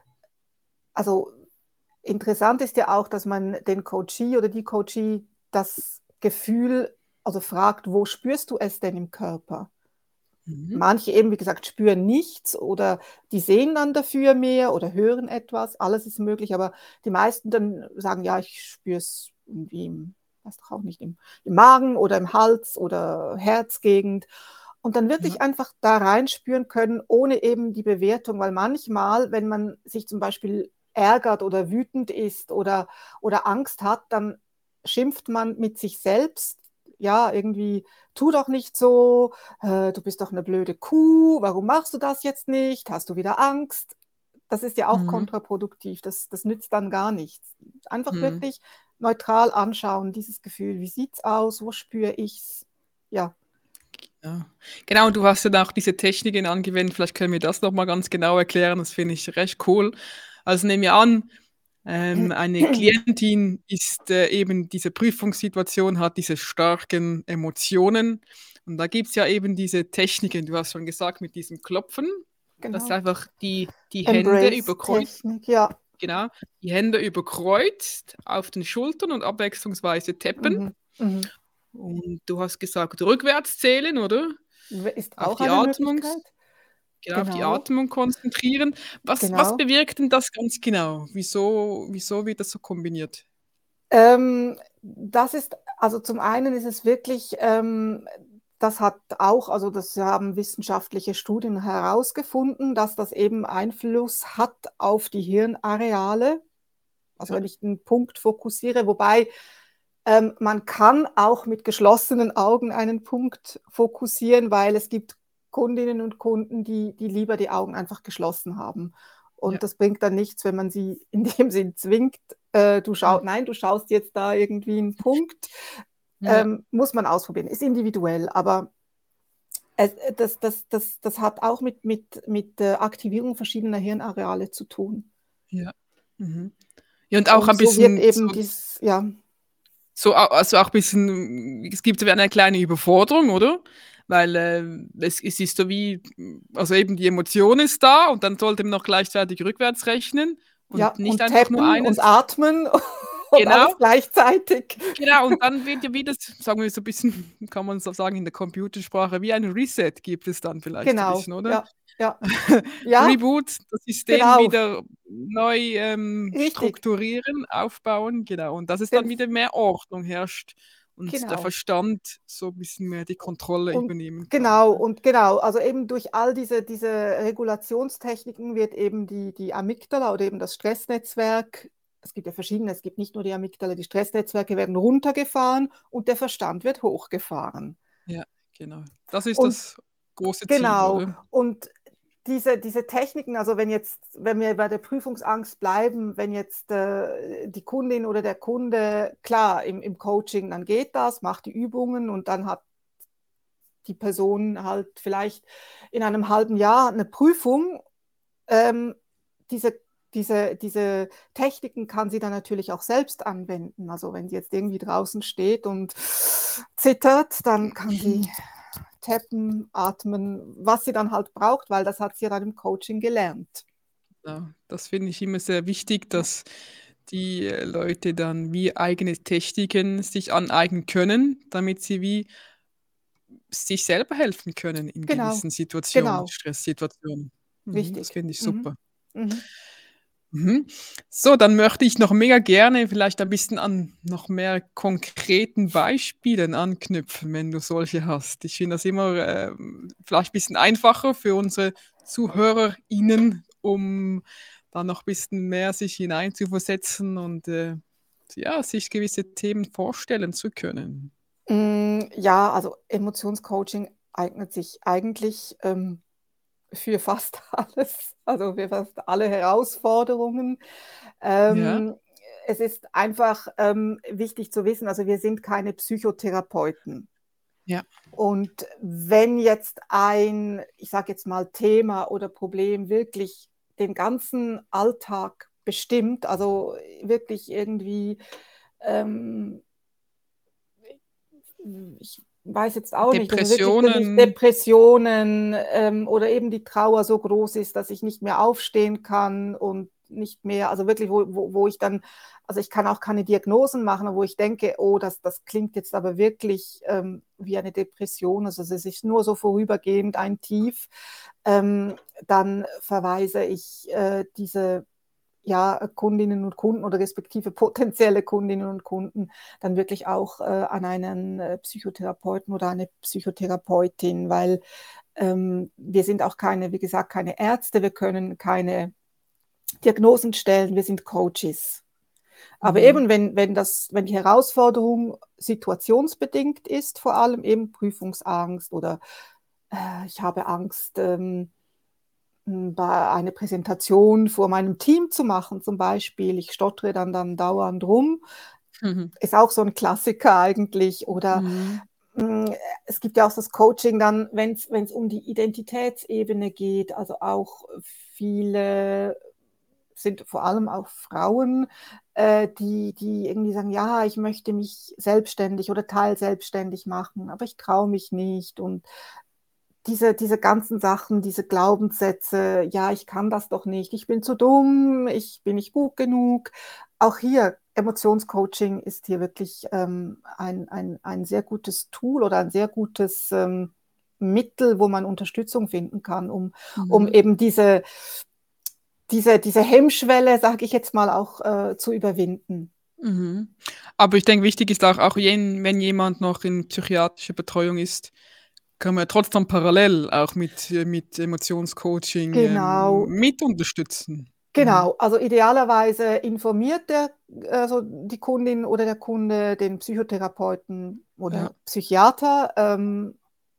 Also interessant ist ja auch, dass man den Coachee oder die Coachee das Gefühl, also fragt, wo spürst du es denn im Körper? Mhm. Manche eben, wie gesagt, spüren nichts oder die sehen dann dafür mehr oder hören etwas. Alles ist möglich, aber die meisten dann sagen, ja, ich spüre es irgendwie im, weiß doch auch nicht, im, im Magen oder im Hals oder Herzgegend. Und dann Ja. wirklich einfach da reinspüren können, ohne eben die Bewertung, weil manchmal, wenn man sich zum Beispiel ärgert oder wütend ist oder, oder Angst hat, dann schimpft man mit sich selbst, ja, irgendwie, tu doch nicht so, äh, du bist doch eine blöde Kuh, warum machst du das jetzt nicht, hast du wieder Angst? Das ist ja auch Mhm. kontraproduktiv, das, das nützt dann gar nichts. Einfach Mhm. wirklich neutral anschauen, dieses Gefühl, wie sieht es aus, wo spüre ich es, ja. Ja. Genau, du hast dann auch diese Techniken angewendet. Vielleicht können wir das nochmal ganz genau erklären. Das finde ich recht cool. Also nehmen wir an, ähm, eine Klientin ist äh, eben diese Prüfungssituation, hat diese starken Emotionen. Und da gibt es ja eben diese Techniken, du hast schon gesagt, mit diesem Klopfen, dass Genau. einfach die, die Hände überkreuzt, Embrace-Technik, ja. genau, die Hände überkreuzt auf den Schultern und abwechslungsweise tappen. Mhm. Mhm. Und du hast gesagt, rückwärts zählen, oder? Ist Auf auch die eine Atmung, Möglichkeit. genau, auf die Genau, Atmung konzentrieren. Was, was genau. bewirkt denn das ganz genau? Wieso, wieso wird das so kombiniert? Ähm, das ist, also zum einen ist es wirklich, ähm, das hat auch, also das haben wissenschaftliche Studien herausgefunden, dass das eben Einfluss hat auf die Hirnareale. Also Ja. wenn ich einen Punkt fokussiere, wobei ähm, man kann auch mit geschlossenen Augen einen Punkt fokussieren, weil es gibt Kundinnen und Kunden, die, die lieber die Augen einfach geschlossen haben. Ja. Und das bringt dann nichts, wenn man sie in dem Sinn zwingt, äh, du schau, nein, du schaust jetzt da irgendwie einen Punkt. Ja. Ähm, muss man ausprobieren. Ist individuell, aber es, das, das, das, das hat auch mit, mit, mit äh, Aktivierung verschiedener Hirnareale zu tun. Ja. Mhm. Ja, und auch Und ein so wird bisschen eben so, dies, ja, so, au- also auch ein bisschen, es gibt so eine kleine Überforderung, oder? Weil äh, es, es ist so wie, also eben die Emotion ist da und dann sollte man noch gleichzeitig rückwärts rechnen und ja, nicht und einfach nur tappen und eines. atmen und alles Genau, gleichzeitig. genau. Und dann wird ja wieder, sagen wir so ein bisschen, kann man so sagen, in der Computersprache, wie ein Reset gibt es dann vielleicht ein Genau, bisschen, oder? ja, ja, ja, Reboot, das System genau, wieder neu ähm, richtig, strukturieren, aufbauen, genau. Und dass es dann den, wieder mehr Ordnung herrscht und der genau. Verstand so ein bisschen mehr die Kontrolle Und übernehmen kann. genau, Ja. und genau, also eben durch all diese, diese Regulationstechniken wird eben die, die Amygdala oder eben das Stressnetzwerk, es gibt ja verschiedene, es gibt nicht nur die Amygdala, die Stressnetzwerke werden runtergefahren und der Verstand wird hochgefahren. Ja, genau. Das ist Und das große Ziel, genau, oder? und diese, diese Techniken, also wenn jetzt, wenn wir bei der Prüfungsangst bleiben, wenn jetzt äh, die Kundin oder der Kunde, klar, im, im Coaching, dann geht das, macht die Übungen und dann hat die Person halt vielleicht in einem halben Jahr eine Prüfung. Ähm, diese, diese, diese Techniken kann sie dann natürlich auch selbst anwenden. Also wenn sie jetzt irgendwie draußen steht und zittert, dann kann sie tappen, atmen, was sie dann halt braucht, weil das hat sie ja dann im Coaching gelernt. Ja, das finde ich immer sehr wichtig, Ja. dass die äh, Leute dann wie eigene Techniken sich aneignen können, damit sie wie sich selber helfen können in Genau, gewissen Situationen, genau, Stresssituationen. Mhm, das richtig. finde ich Mhm. super. Mhm. Mhm. So, dann möchte ich noch mega gerne vielleicht ein bisschen an noch mehr konkreten Beispielen anknüpfen, wenn du solche hast. Ich finde das immer ähm, vielleicht ein bisschen einfacher für unsere ZuhörerInnen, um da noch ein bisschen mehr sich hineinzuversetzen und äh, ja, sich gewisse Themen vorstellen zu können. Mm, Ja, also Emotionscoaching eignet sich eigentlich ähm, für fast alles, also für fast alle Herausforderungen. Ja, Ähm, es ist einfach ähm, wichtig zu wissen, also wir sind keine Psychotherapeuten. ja, Und wenn jetzt ein, ich sage jetzt mal, Thema oder Problem wirklich den ganzen Alltag bestimmt, also wirklich irgendwie, ähm, ich weiß jetzt auch nicht, also wirklich, wenn ich Depressionen, Depressionen ähm, oder eben die Trauer so groß ist, dass ich nicht mehr aufstehen kann und nicht mehr, also wirklich, wo, wo, wo ich dann, also ich kann auch keine Diagnosen machen, wo ich denke, oh, das, das klingt jetzt aber wirklich ähm, wie eine Depression, also es ist nur so vorübergehend ein Tief, ähm, dann verweise ich äh, diese ja, Kundinnen und Kunden oder respektive potenzielle Kundinnen und Kunden dann wirklich auch äh, an einen äh, Psychotherapeuten oder eine Psychotherapeutin, weil ähm, wir sind auch keine, wie gesagt, keine Ärzte, wir können keine Diagnosen stellen, wir sind Coaches. Aber Mhm. eben, wenn, wenn, das, wenn die Herausforderung situationsbedingt ist, vor allem eben Prüfungsangst oder äh, ich habe Angst, ähm, bei eine Präsentation vor meinem Team zu machen, zum Beispiel. Ich stottere dann, dann dauernd rum. Mhm. Ist auch so ein Klassiker eigentlich. Oder Mhm. mh, es gibt ja auch das Coaching dann, wenn es um die Identitätsebene geht, also auch viele sind vor allem auch Frauen, äh, die, die irgendwie sagen, ja, ich möchte mich selbstständig oder teilselbstständig machen, aber ich traue mich nicht. Und diese, diese ganzen Sachen, diese Glaubenssätze, ja, ich kann das doch nicht, ich bin zu dumm, ich bin nicht gut genug. Auch hier, Emotionscoaching ist hier wirklich ähm, ein, ein, ein sehr gutes Tool oder ein sehr gutes ähm, Mittel, wo man Unterstützung finden kann, um, um Mhm. eben diese, diese, diese Hemmschwelle, sage ich jetzt mal, auch äh, zu überwinden. Mhm. Aber ich denke, wichtig ist auch, auch jen, wenn jemand noch in psychiatrischer Betreuung ist, kann man ja trotzdem parallel auch mit, äh, mit Emotionscoaching ähm, Genau, mit unterstützen. Mhm. genau. Also idealerweise informiert der, also die Kundin oder der Kunde den Psychotherapeuten Ja. oder Psychiater. Ähm,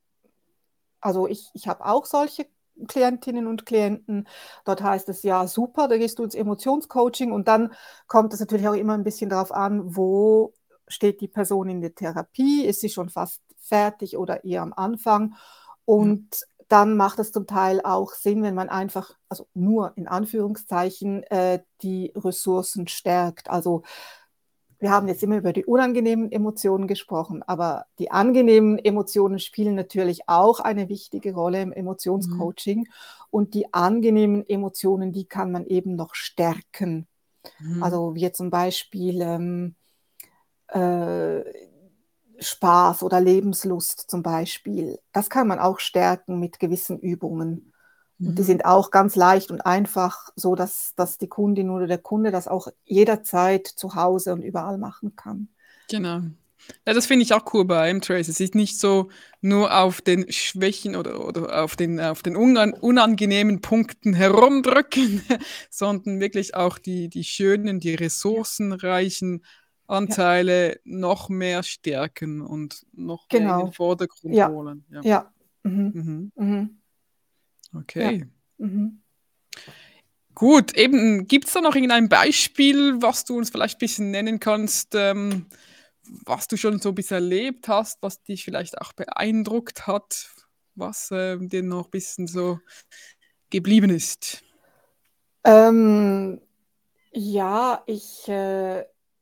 also ich, ich habe auch solche Klientinnen und Klienten. Dort heißt es ja, super, da gehst du ins Emotionscoaching und dann kommt es natürlich auch immer ein bisschen darauf an, wo steht die Person in der Therapie, ist sie schon fast fertig oder eher am Anfang. Ja. Und dann macht es zum Teil auch Sinn, wenn man einfach, also nur in Anführungszeichen, äh, die Ressourcen stärkt. Also wir haben jetzt immer über die unangenehmen Emotionen gesprochen, aber die angenehmen Emotionen spielen natürlich auch eine wichtige Rolle im Mhm. Emotionscoaching. Und die angenehmen Emotionen, die kann man eben noch stärken. Mhm. Also wie zum Beispiel ähm, äh, Spaß oder Lebenslust zum Beispiel. Das kann man auch stärken mit gewissen Übungen. Und die Mhm. sind auch ganz leicht und einfach, so dass, dass die Kundin oder der Kunde das auch jederzeit zu Hause und überall machen kann. Genau. Ja, das finde ich auch cool bei M-Trace. Es ist nicht so nur auf den Schwächen oder, oder auf den, auf den unan unangenehmen Punkten herumdrücken, sondern wirklich auch die, die schönen, die Ja, ressourcenreichen ja, Anteile noch mehr stärken und noch mehr in den genau. Vordergrund Ja, holen. Ja. ja. Mhm. Mhm. Mhm. Ja. Okay. Mhm. Gut, eben, gibt es da noch irgendein Beispiel, was du uns vielleicht ein bisschen nennen kannst, ähm, was du schon so bis erlebt hast, was dich vielleicht auch beeindruckt hat, was ähm, dir noch ein bisschen so geblieben ist? Ähm, ja, ich, äh,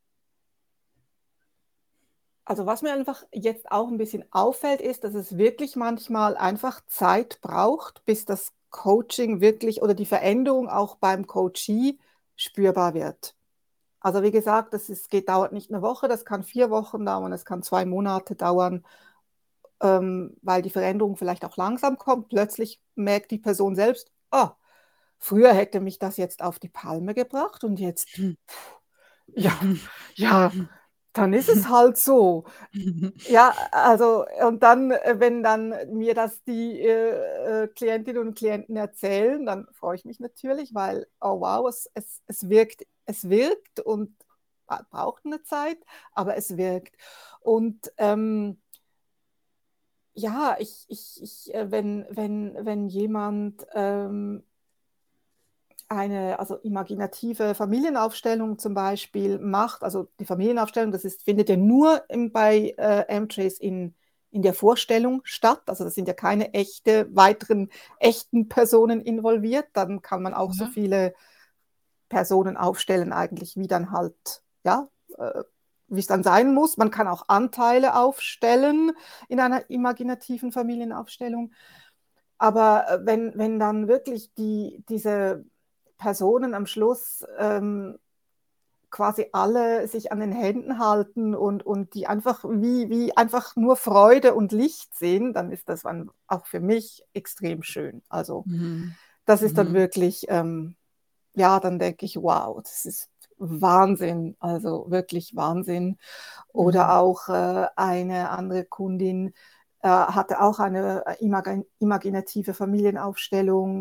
also was mir einfach jetzt auch ein bisschen auffällt, ist, dass es wirklich manchmal einfach Zeit braucht, bis das Coaching wirklich oder die Veränderung auch beim Coachee spürbar wird. Also wie gesagt, das ist, geht, dauert nicht eine Woche, das kann vier Wochen dauern, es kann zwei Monate dauern, ähm, weil die Veränderung vielleicht auch langsam kommt. Plötzlich merkt die Person selbst, oh, früher hätte mich das jetzt auf die Palme gebracht und jetzt, ja, ja, dann ist es halt so. Ja, also und dann, äh, wenn dann mir das die äh, äh, Klientinnen und Klienten erzählen, dann freue ich mich natürlich, weil, oh wow, es, es, es wirkt, es wirkt und braucht eine Zeit, aber es wirkt. Und ähm, ja, ich, ich, ich, äh, wenn, wenn, wenn jemand ähm, eine also imaginative Familienaufstellung zum Beispiel macht, also die Familienaufstellung, das ist, findet ja nur im, bei äh, M-Trace in, in der Vorstellung statt, also das sind ja keine echte, weiteren echten Personen involviert, dann kann man auch so Ja. viele Personen aufstellen eigentlich, wie dann halt, ja, äh, wie es dann sein muss. Man kann auch Anteile aufstellen in einer imaginativen Familienaufstellung. Aber äh, wenn, wenn dann wirklich die, diese Personen am Schluss ähm, quasi alle sich an den Händen halten und, und die einfach wie, wie einfach nur Freude und Licht sehen, dann ist das dann auch für mich extrem schön. Also Mhm. das ist dann Mhm. wirklich, ähm, ja, dann denke ich, wow, das ist Wahnsinn, also wirklich Wahnsinn. Oder Mhm. auch äh, eine andere Kundin äh, hatte auch eine imag imaginative Familienaufstellung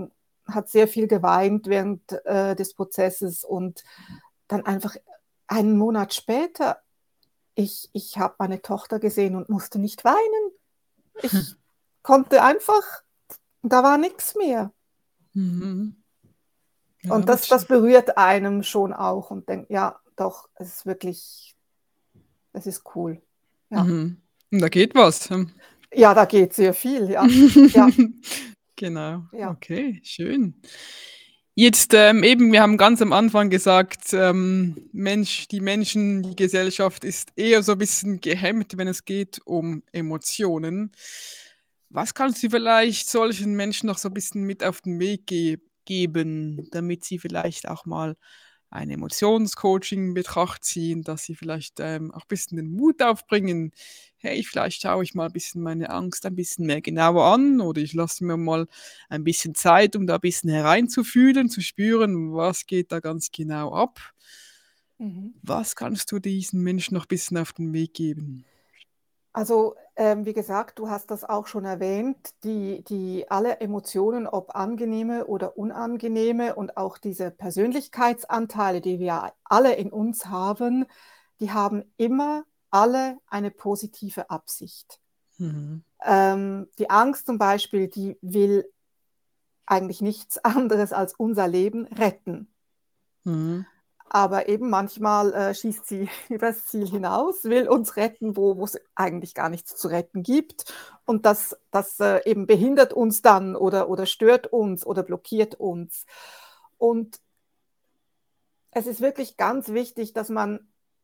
hat sehr viel geweint während äh, des Prozesses und dann einfach einen Monat später, ich, ich habe meine Tochter gesehen und musste nicht weinen. Ich konnte einfach, da war nichts mehr. Mhm. Ja, Und das, das das berührt einem schon auch und denkt, ja, doch, es ist wirklich, es ist cool. Ja, Mhm. Und da geht was. hm. ja, da geht sehr viel, ja. Ja, Genau, ja. okay, schön. Jetzt ähm, eben, wir haben ganz am Anfang gesagt, ähm, Mensch, die Menschen, die Gesellschaft ist eher so ein bisschen gehemmt, wenn es geht um Emotionen. Was kannst du vielleicht solchen Menschen noch so ein bisschen mit auf den Weg ge geben, damit sie vielleicht auch mal ein Emotionscoaching in Betracht ziehen, dass sie vielleicht ähm, auch ein bisschen den Mut aufbringen, hey, vielleicht schaue ich mal ein bisschen meine Angst ein bisschen mehr genauer an oder ich lasse mir mal ein bisschen Zeit, um da ein bisschen hereinzufühlen, zu spüren, was geht da ganz genau ab. Mhm. Was kannst du diesen Menschen noch ein bisschen auf den Weg geben? Also, ähm, wie gesagt, du hast das auch schon erwähnt, die, die alle Emotionen, ob angenehme oder unangenehme und auch diese Persönlichkeitsanteile, die wir alle in uns haben, die haben immer alle eine positive Absicht. Mhm. Ähm, die Angst zum Beispiel, die will eigentlich nichts anderes als unser Leben retten. Mhm. Aber eben manchmal äh, schießt sie übers Ziel hinaus, will uns retten, wo wo es eigentlich gar nichts zu retten gibt. Und das, das äh, eben behindert uns dann oder, oder stört uns oder blockiert uns. Und es ist wirklich ganz wichtig, dass man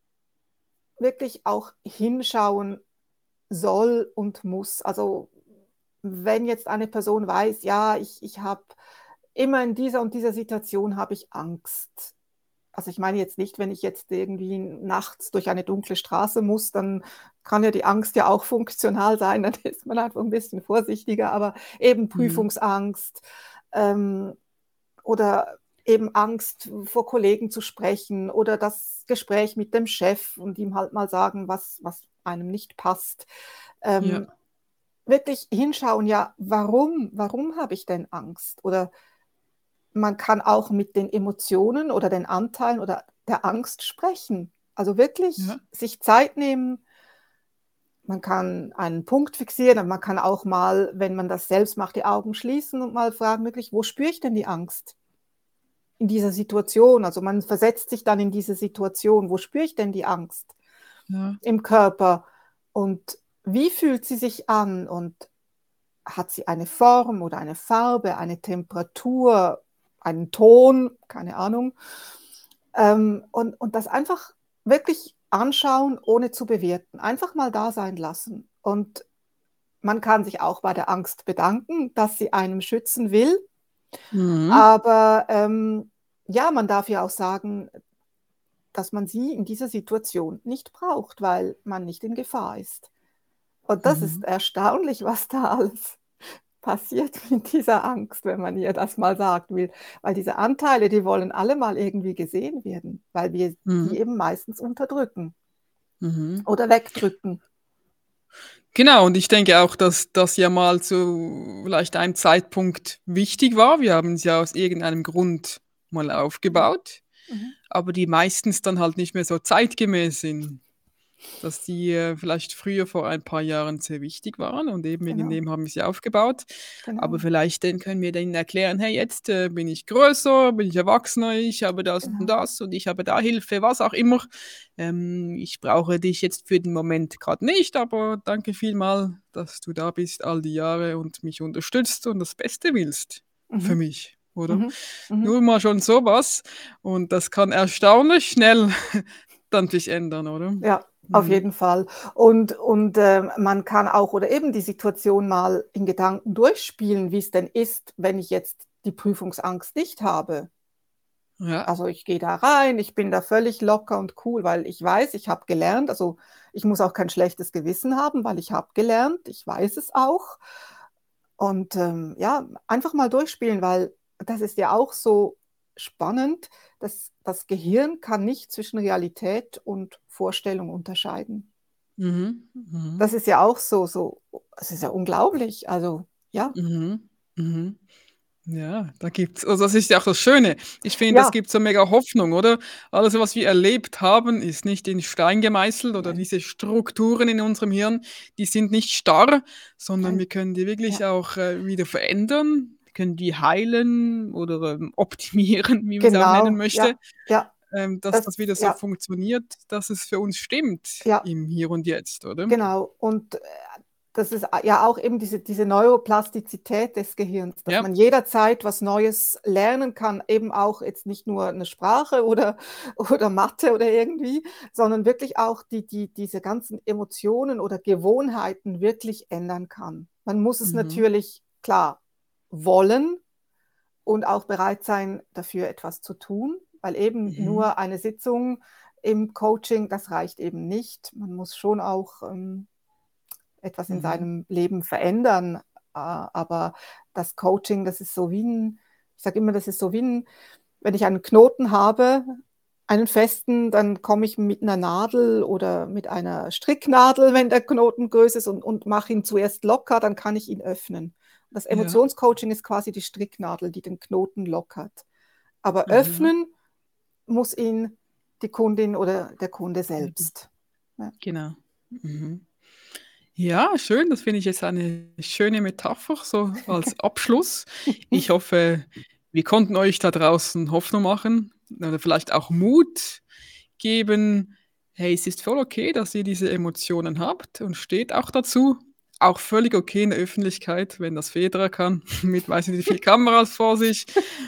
wirklich auch hinschauen soll und muss. Also wenn jetzt eine Person weiß, ja, ich, ich habe immer in dieser und dieser Situation habe ich Angst. Also ich meine jetzt nicht, wenn ich jetzt irgendwie nachts durch eine dunkle Straße muss, dann kann ja die Angst ja auch funktional sein, dann ist man einfach ein bisschen vorsichtiger, aber eben Mhm. Prüfungsangst ähm, oder eben Angst vor Kollegen zu sprechen oder das Gespräch mit dem Chef und ihm halt mal sagen, was, was einem nicht passt. Ja. Ähm, wirklich hinschauen, ja, warum, warum habe ich denn Angst? Oder man kann auch mit den Emotionen oder den Anteilen oder der Angst sprechen. Also wirklich Ja. sich Zeit nehmen. Man kann einen Punkt fixieren, aber man kann auch mal, wenn man das selbst macht, die Augen schließen und mal fragen, wirklich, wo spüre ich denn die Angst in dieser Situation? Also man versetzt sich dann in diese Situation, wo spüre ich denn die Angst Ja. im Körper? Und wie fühlt sie sich an? Und hat sie eine Form oder eine Farbe, eine Temperatur, einen Ton, keine Ahnung. Ähm, und, und das einfach wirklich anschauen, ohne zu bewerten. Einfach mal da sein lassen. Und man kann sich auch bei der Angst bedanken, dass sie einem schützen will. Mhm. Aber ähm, ja, man darf ja auch sagen, dass man sie in dieser Situation nicht braucht, weil man nicht in Gefahr ist. Und das ist Mhm. erstaunlich, was da alles passiert mit dieser Angst, wenn man ihr das mal sagt will. Weil diese Anteile, die wollen alle mal irgendwie gesehen werden, weil wir Mhm. die eben meistens unterdrücken Mhm. oder wegdrücken. Genau, und ich denke auch, dass das ja mal zu vielleicht einem Zeitpunkt wichtig war. Wir haben es ja aus irgendeinem Grund mal Mhm. aufgebaut, Mhm. aber die meistens dann halt nicht mehr so zeitgemäß sind. Dass die äh, vielleicht früher vor ein paar Jahren sehr wichtig waren und eben wegen Genau, dem haben wir sie aufgebaut. Aber genau, vielleicht dann können wir denen erklären, hey, jetzt äh, bin ich größer, bin ich erwachsener, ich habe das und genau. das und ich habe da Hilfe, was auch immer. Ähm, ich brauche dich jetzt für den Moment gerade nicht, aber danke vielmal, dass du da bist all die Jahre und mich unterstützt und das Beste willst für Mhm. mich, oder? Mhm. Mhm. Nur mal schon sowas und das kann erstaunlich schnell dann sich ändern, oder? Ja, auf Mhm. jeden Fall. Und, und äh, man kann auch oder eben die Situation mal in Gedanken durchspielen, wie es denn ist, wenn ich jetzt die Prüfungsangst nicht habe. Ja. Also ich gehe da rein, ich bin da völlig locker und cool, weil ich weiß, ich habe gelernt. Also ich muss auch kein schlechtes Gewissen haben, weil ich habe gelernt, ich weiß es auch. Und ähm, ja, einfach mal durchspielen, weil das ist ja auch so spannend, dass das Gehirn kann nicht zwischen Realität und Vorstellung unterscheiden. Mhm. Das Mhm. ist ja auch so, so, es ist ja unglaublich. Also ja. Mhm. Mhm. Ja, da gibt's also das ist ja auch das Schöne. Ich finde, das Ja, gibt so mega Hoffnung, oder? Alles, was wir erlebt haben, ist nicht in Stein gemeißelt oder nein, diese Strukturen in unserem Hirn, die sind nicht starr, sondern nein, wir können die wirklich ja, auch, äh, wieder verändern. Wir können die heilen oder, ähm, optimieren, wie man es auch nennen genau, möchte, ja, ja, ähm, dass das, das wieder so ja, funktioniert, dass es für uns stimmt ja. im Hier und Jetzt, oder? Genau, und äh, das ist ja auch eben diese, diese Neuroplastizität des Gehirns, dass Ja. man jederzeit was Neues lernen kann, eben auch jetzt nicht nur eine Sprache oder, oder Mathe oder irgendwie, sondern wirklich auch die, die, diese ganzen Emotionen oder Gewohnheiten wirklich ändern kann. Man muss es Mhm. natürlich, klar, wollen und auch bereit sein, dafür etwas zu tun, weil eben Mhm. nur eine Sitzung im Coaching, das reicht eben nicht. Man muss schon auch ähm, etwas in Mhm. seinem Leben verändern. Äh, aber das Coaching, das ist so wie ein, ich sage immer, das ist so wie ein, wenn ich einen Knoten habe, einen festen, dann komme ich mit einer Nadel oder mit einer Stricknadel, wenn der Knoten größer ist und, und mache ihn zuerst locker, dann kann ich ihn öffnen. Das Ja. Emotionscoaching ist quasi die Stricknadel, die den Knoten lockert. Aber Aha. öffnen muss ihn die Kundin oder der Kunde Mhm. selbst. Ja. Genau. Mhm. Ja, schön. Das finde ich jetzt eine schöne Metapher, so als Abschluss. Ich hoffe, wir konnten euch da draußen Hoffnung machen oder vielleicht auch Mut geben. Hey, es ist voll okay, dass ihr diese Emotionen habt und steht auch dazu. Auch völlig okay in der Öffentlichkeit, wenn das Federer kann, mit weiß nicht wie viel Kameras vor sich.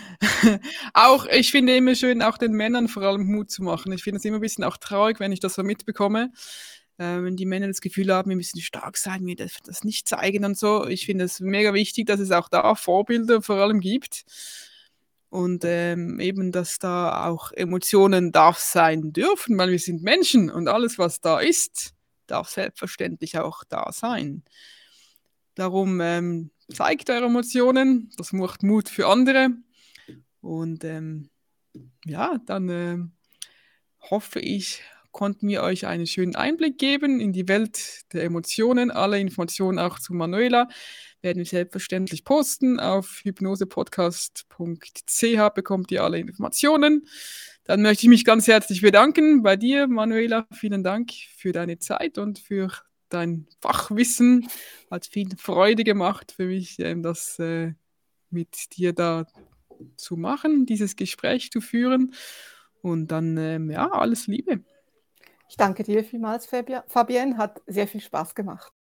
Auch ich finde immer schön, auch den Männern vor allem Mut zu machen. Ich finde es immer ein bisschen auch traurig, wenn ich das so mitbekomme, äh, wenn die Männer das Gefühl haben, wir müssen stark sein, wir dürfen das nicht zeigen und so. Ich finde es mega wichtig, dass es auch da Vorbilder vor allem gibt und ähm, eben, dass da auch Emotionen darf sein dürfen, weil wir sind Menschen und alles, was da ist, darf selbstverständlich auch da sein. Darum ähm, zeigt eure Emotionen, das macht Mut für andere und ähm, ja, dann ähm, hoffe ich, konnten wir euch einen schönen Einblick geben in die Welt der Emotionen. Alle Informationen auch zu Manuela werden wir selbstverständlich posten. Auf hypnosepodcast punkt c h bekommt ihr alle Informationen. Dann möchte ich mich ganz herzlich bedanken bei dir, Manuela. Vielen Dank für deine Zeit und für dein Fachwissen. Hat viel Freude gemacht für mich, ähm, das äh, mit dir da zu machen, dieses Gespräch zu führen. Und dann, ähm, ja, alles Liebe. Ich danke dir vielmals, Fabienne, hat sehr viel Spaß gemacht.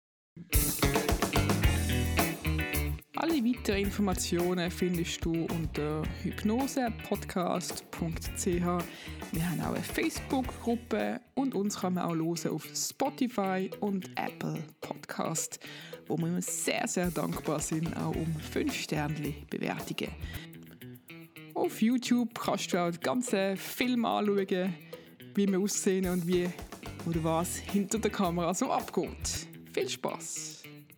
Alle weiteren Informationen findest du unter hypnosepodcast punkt c h. Wir haben auch eine Facebook-Gruppe und uns kann man auch hören auf Spotify und Apple Podcast, wo wir uns sehr, sehr dankbar sind, auch um fünf Sterne Bewertungen. Auf YouTube kannst du auch den ganzen Film anschauen, wie wir aussehen und wie oder was hinter der Kamera so abgeht. Viel Spaß!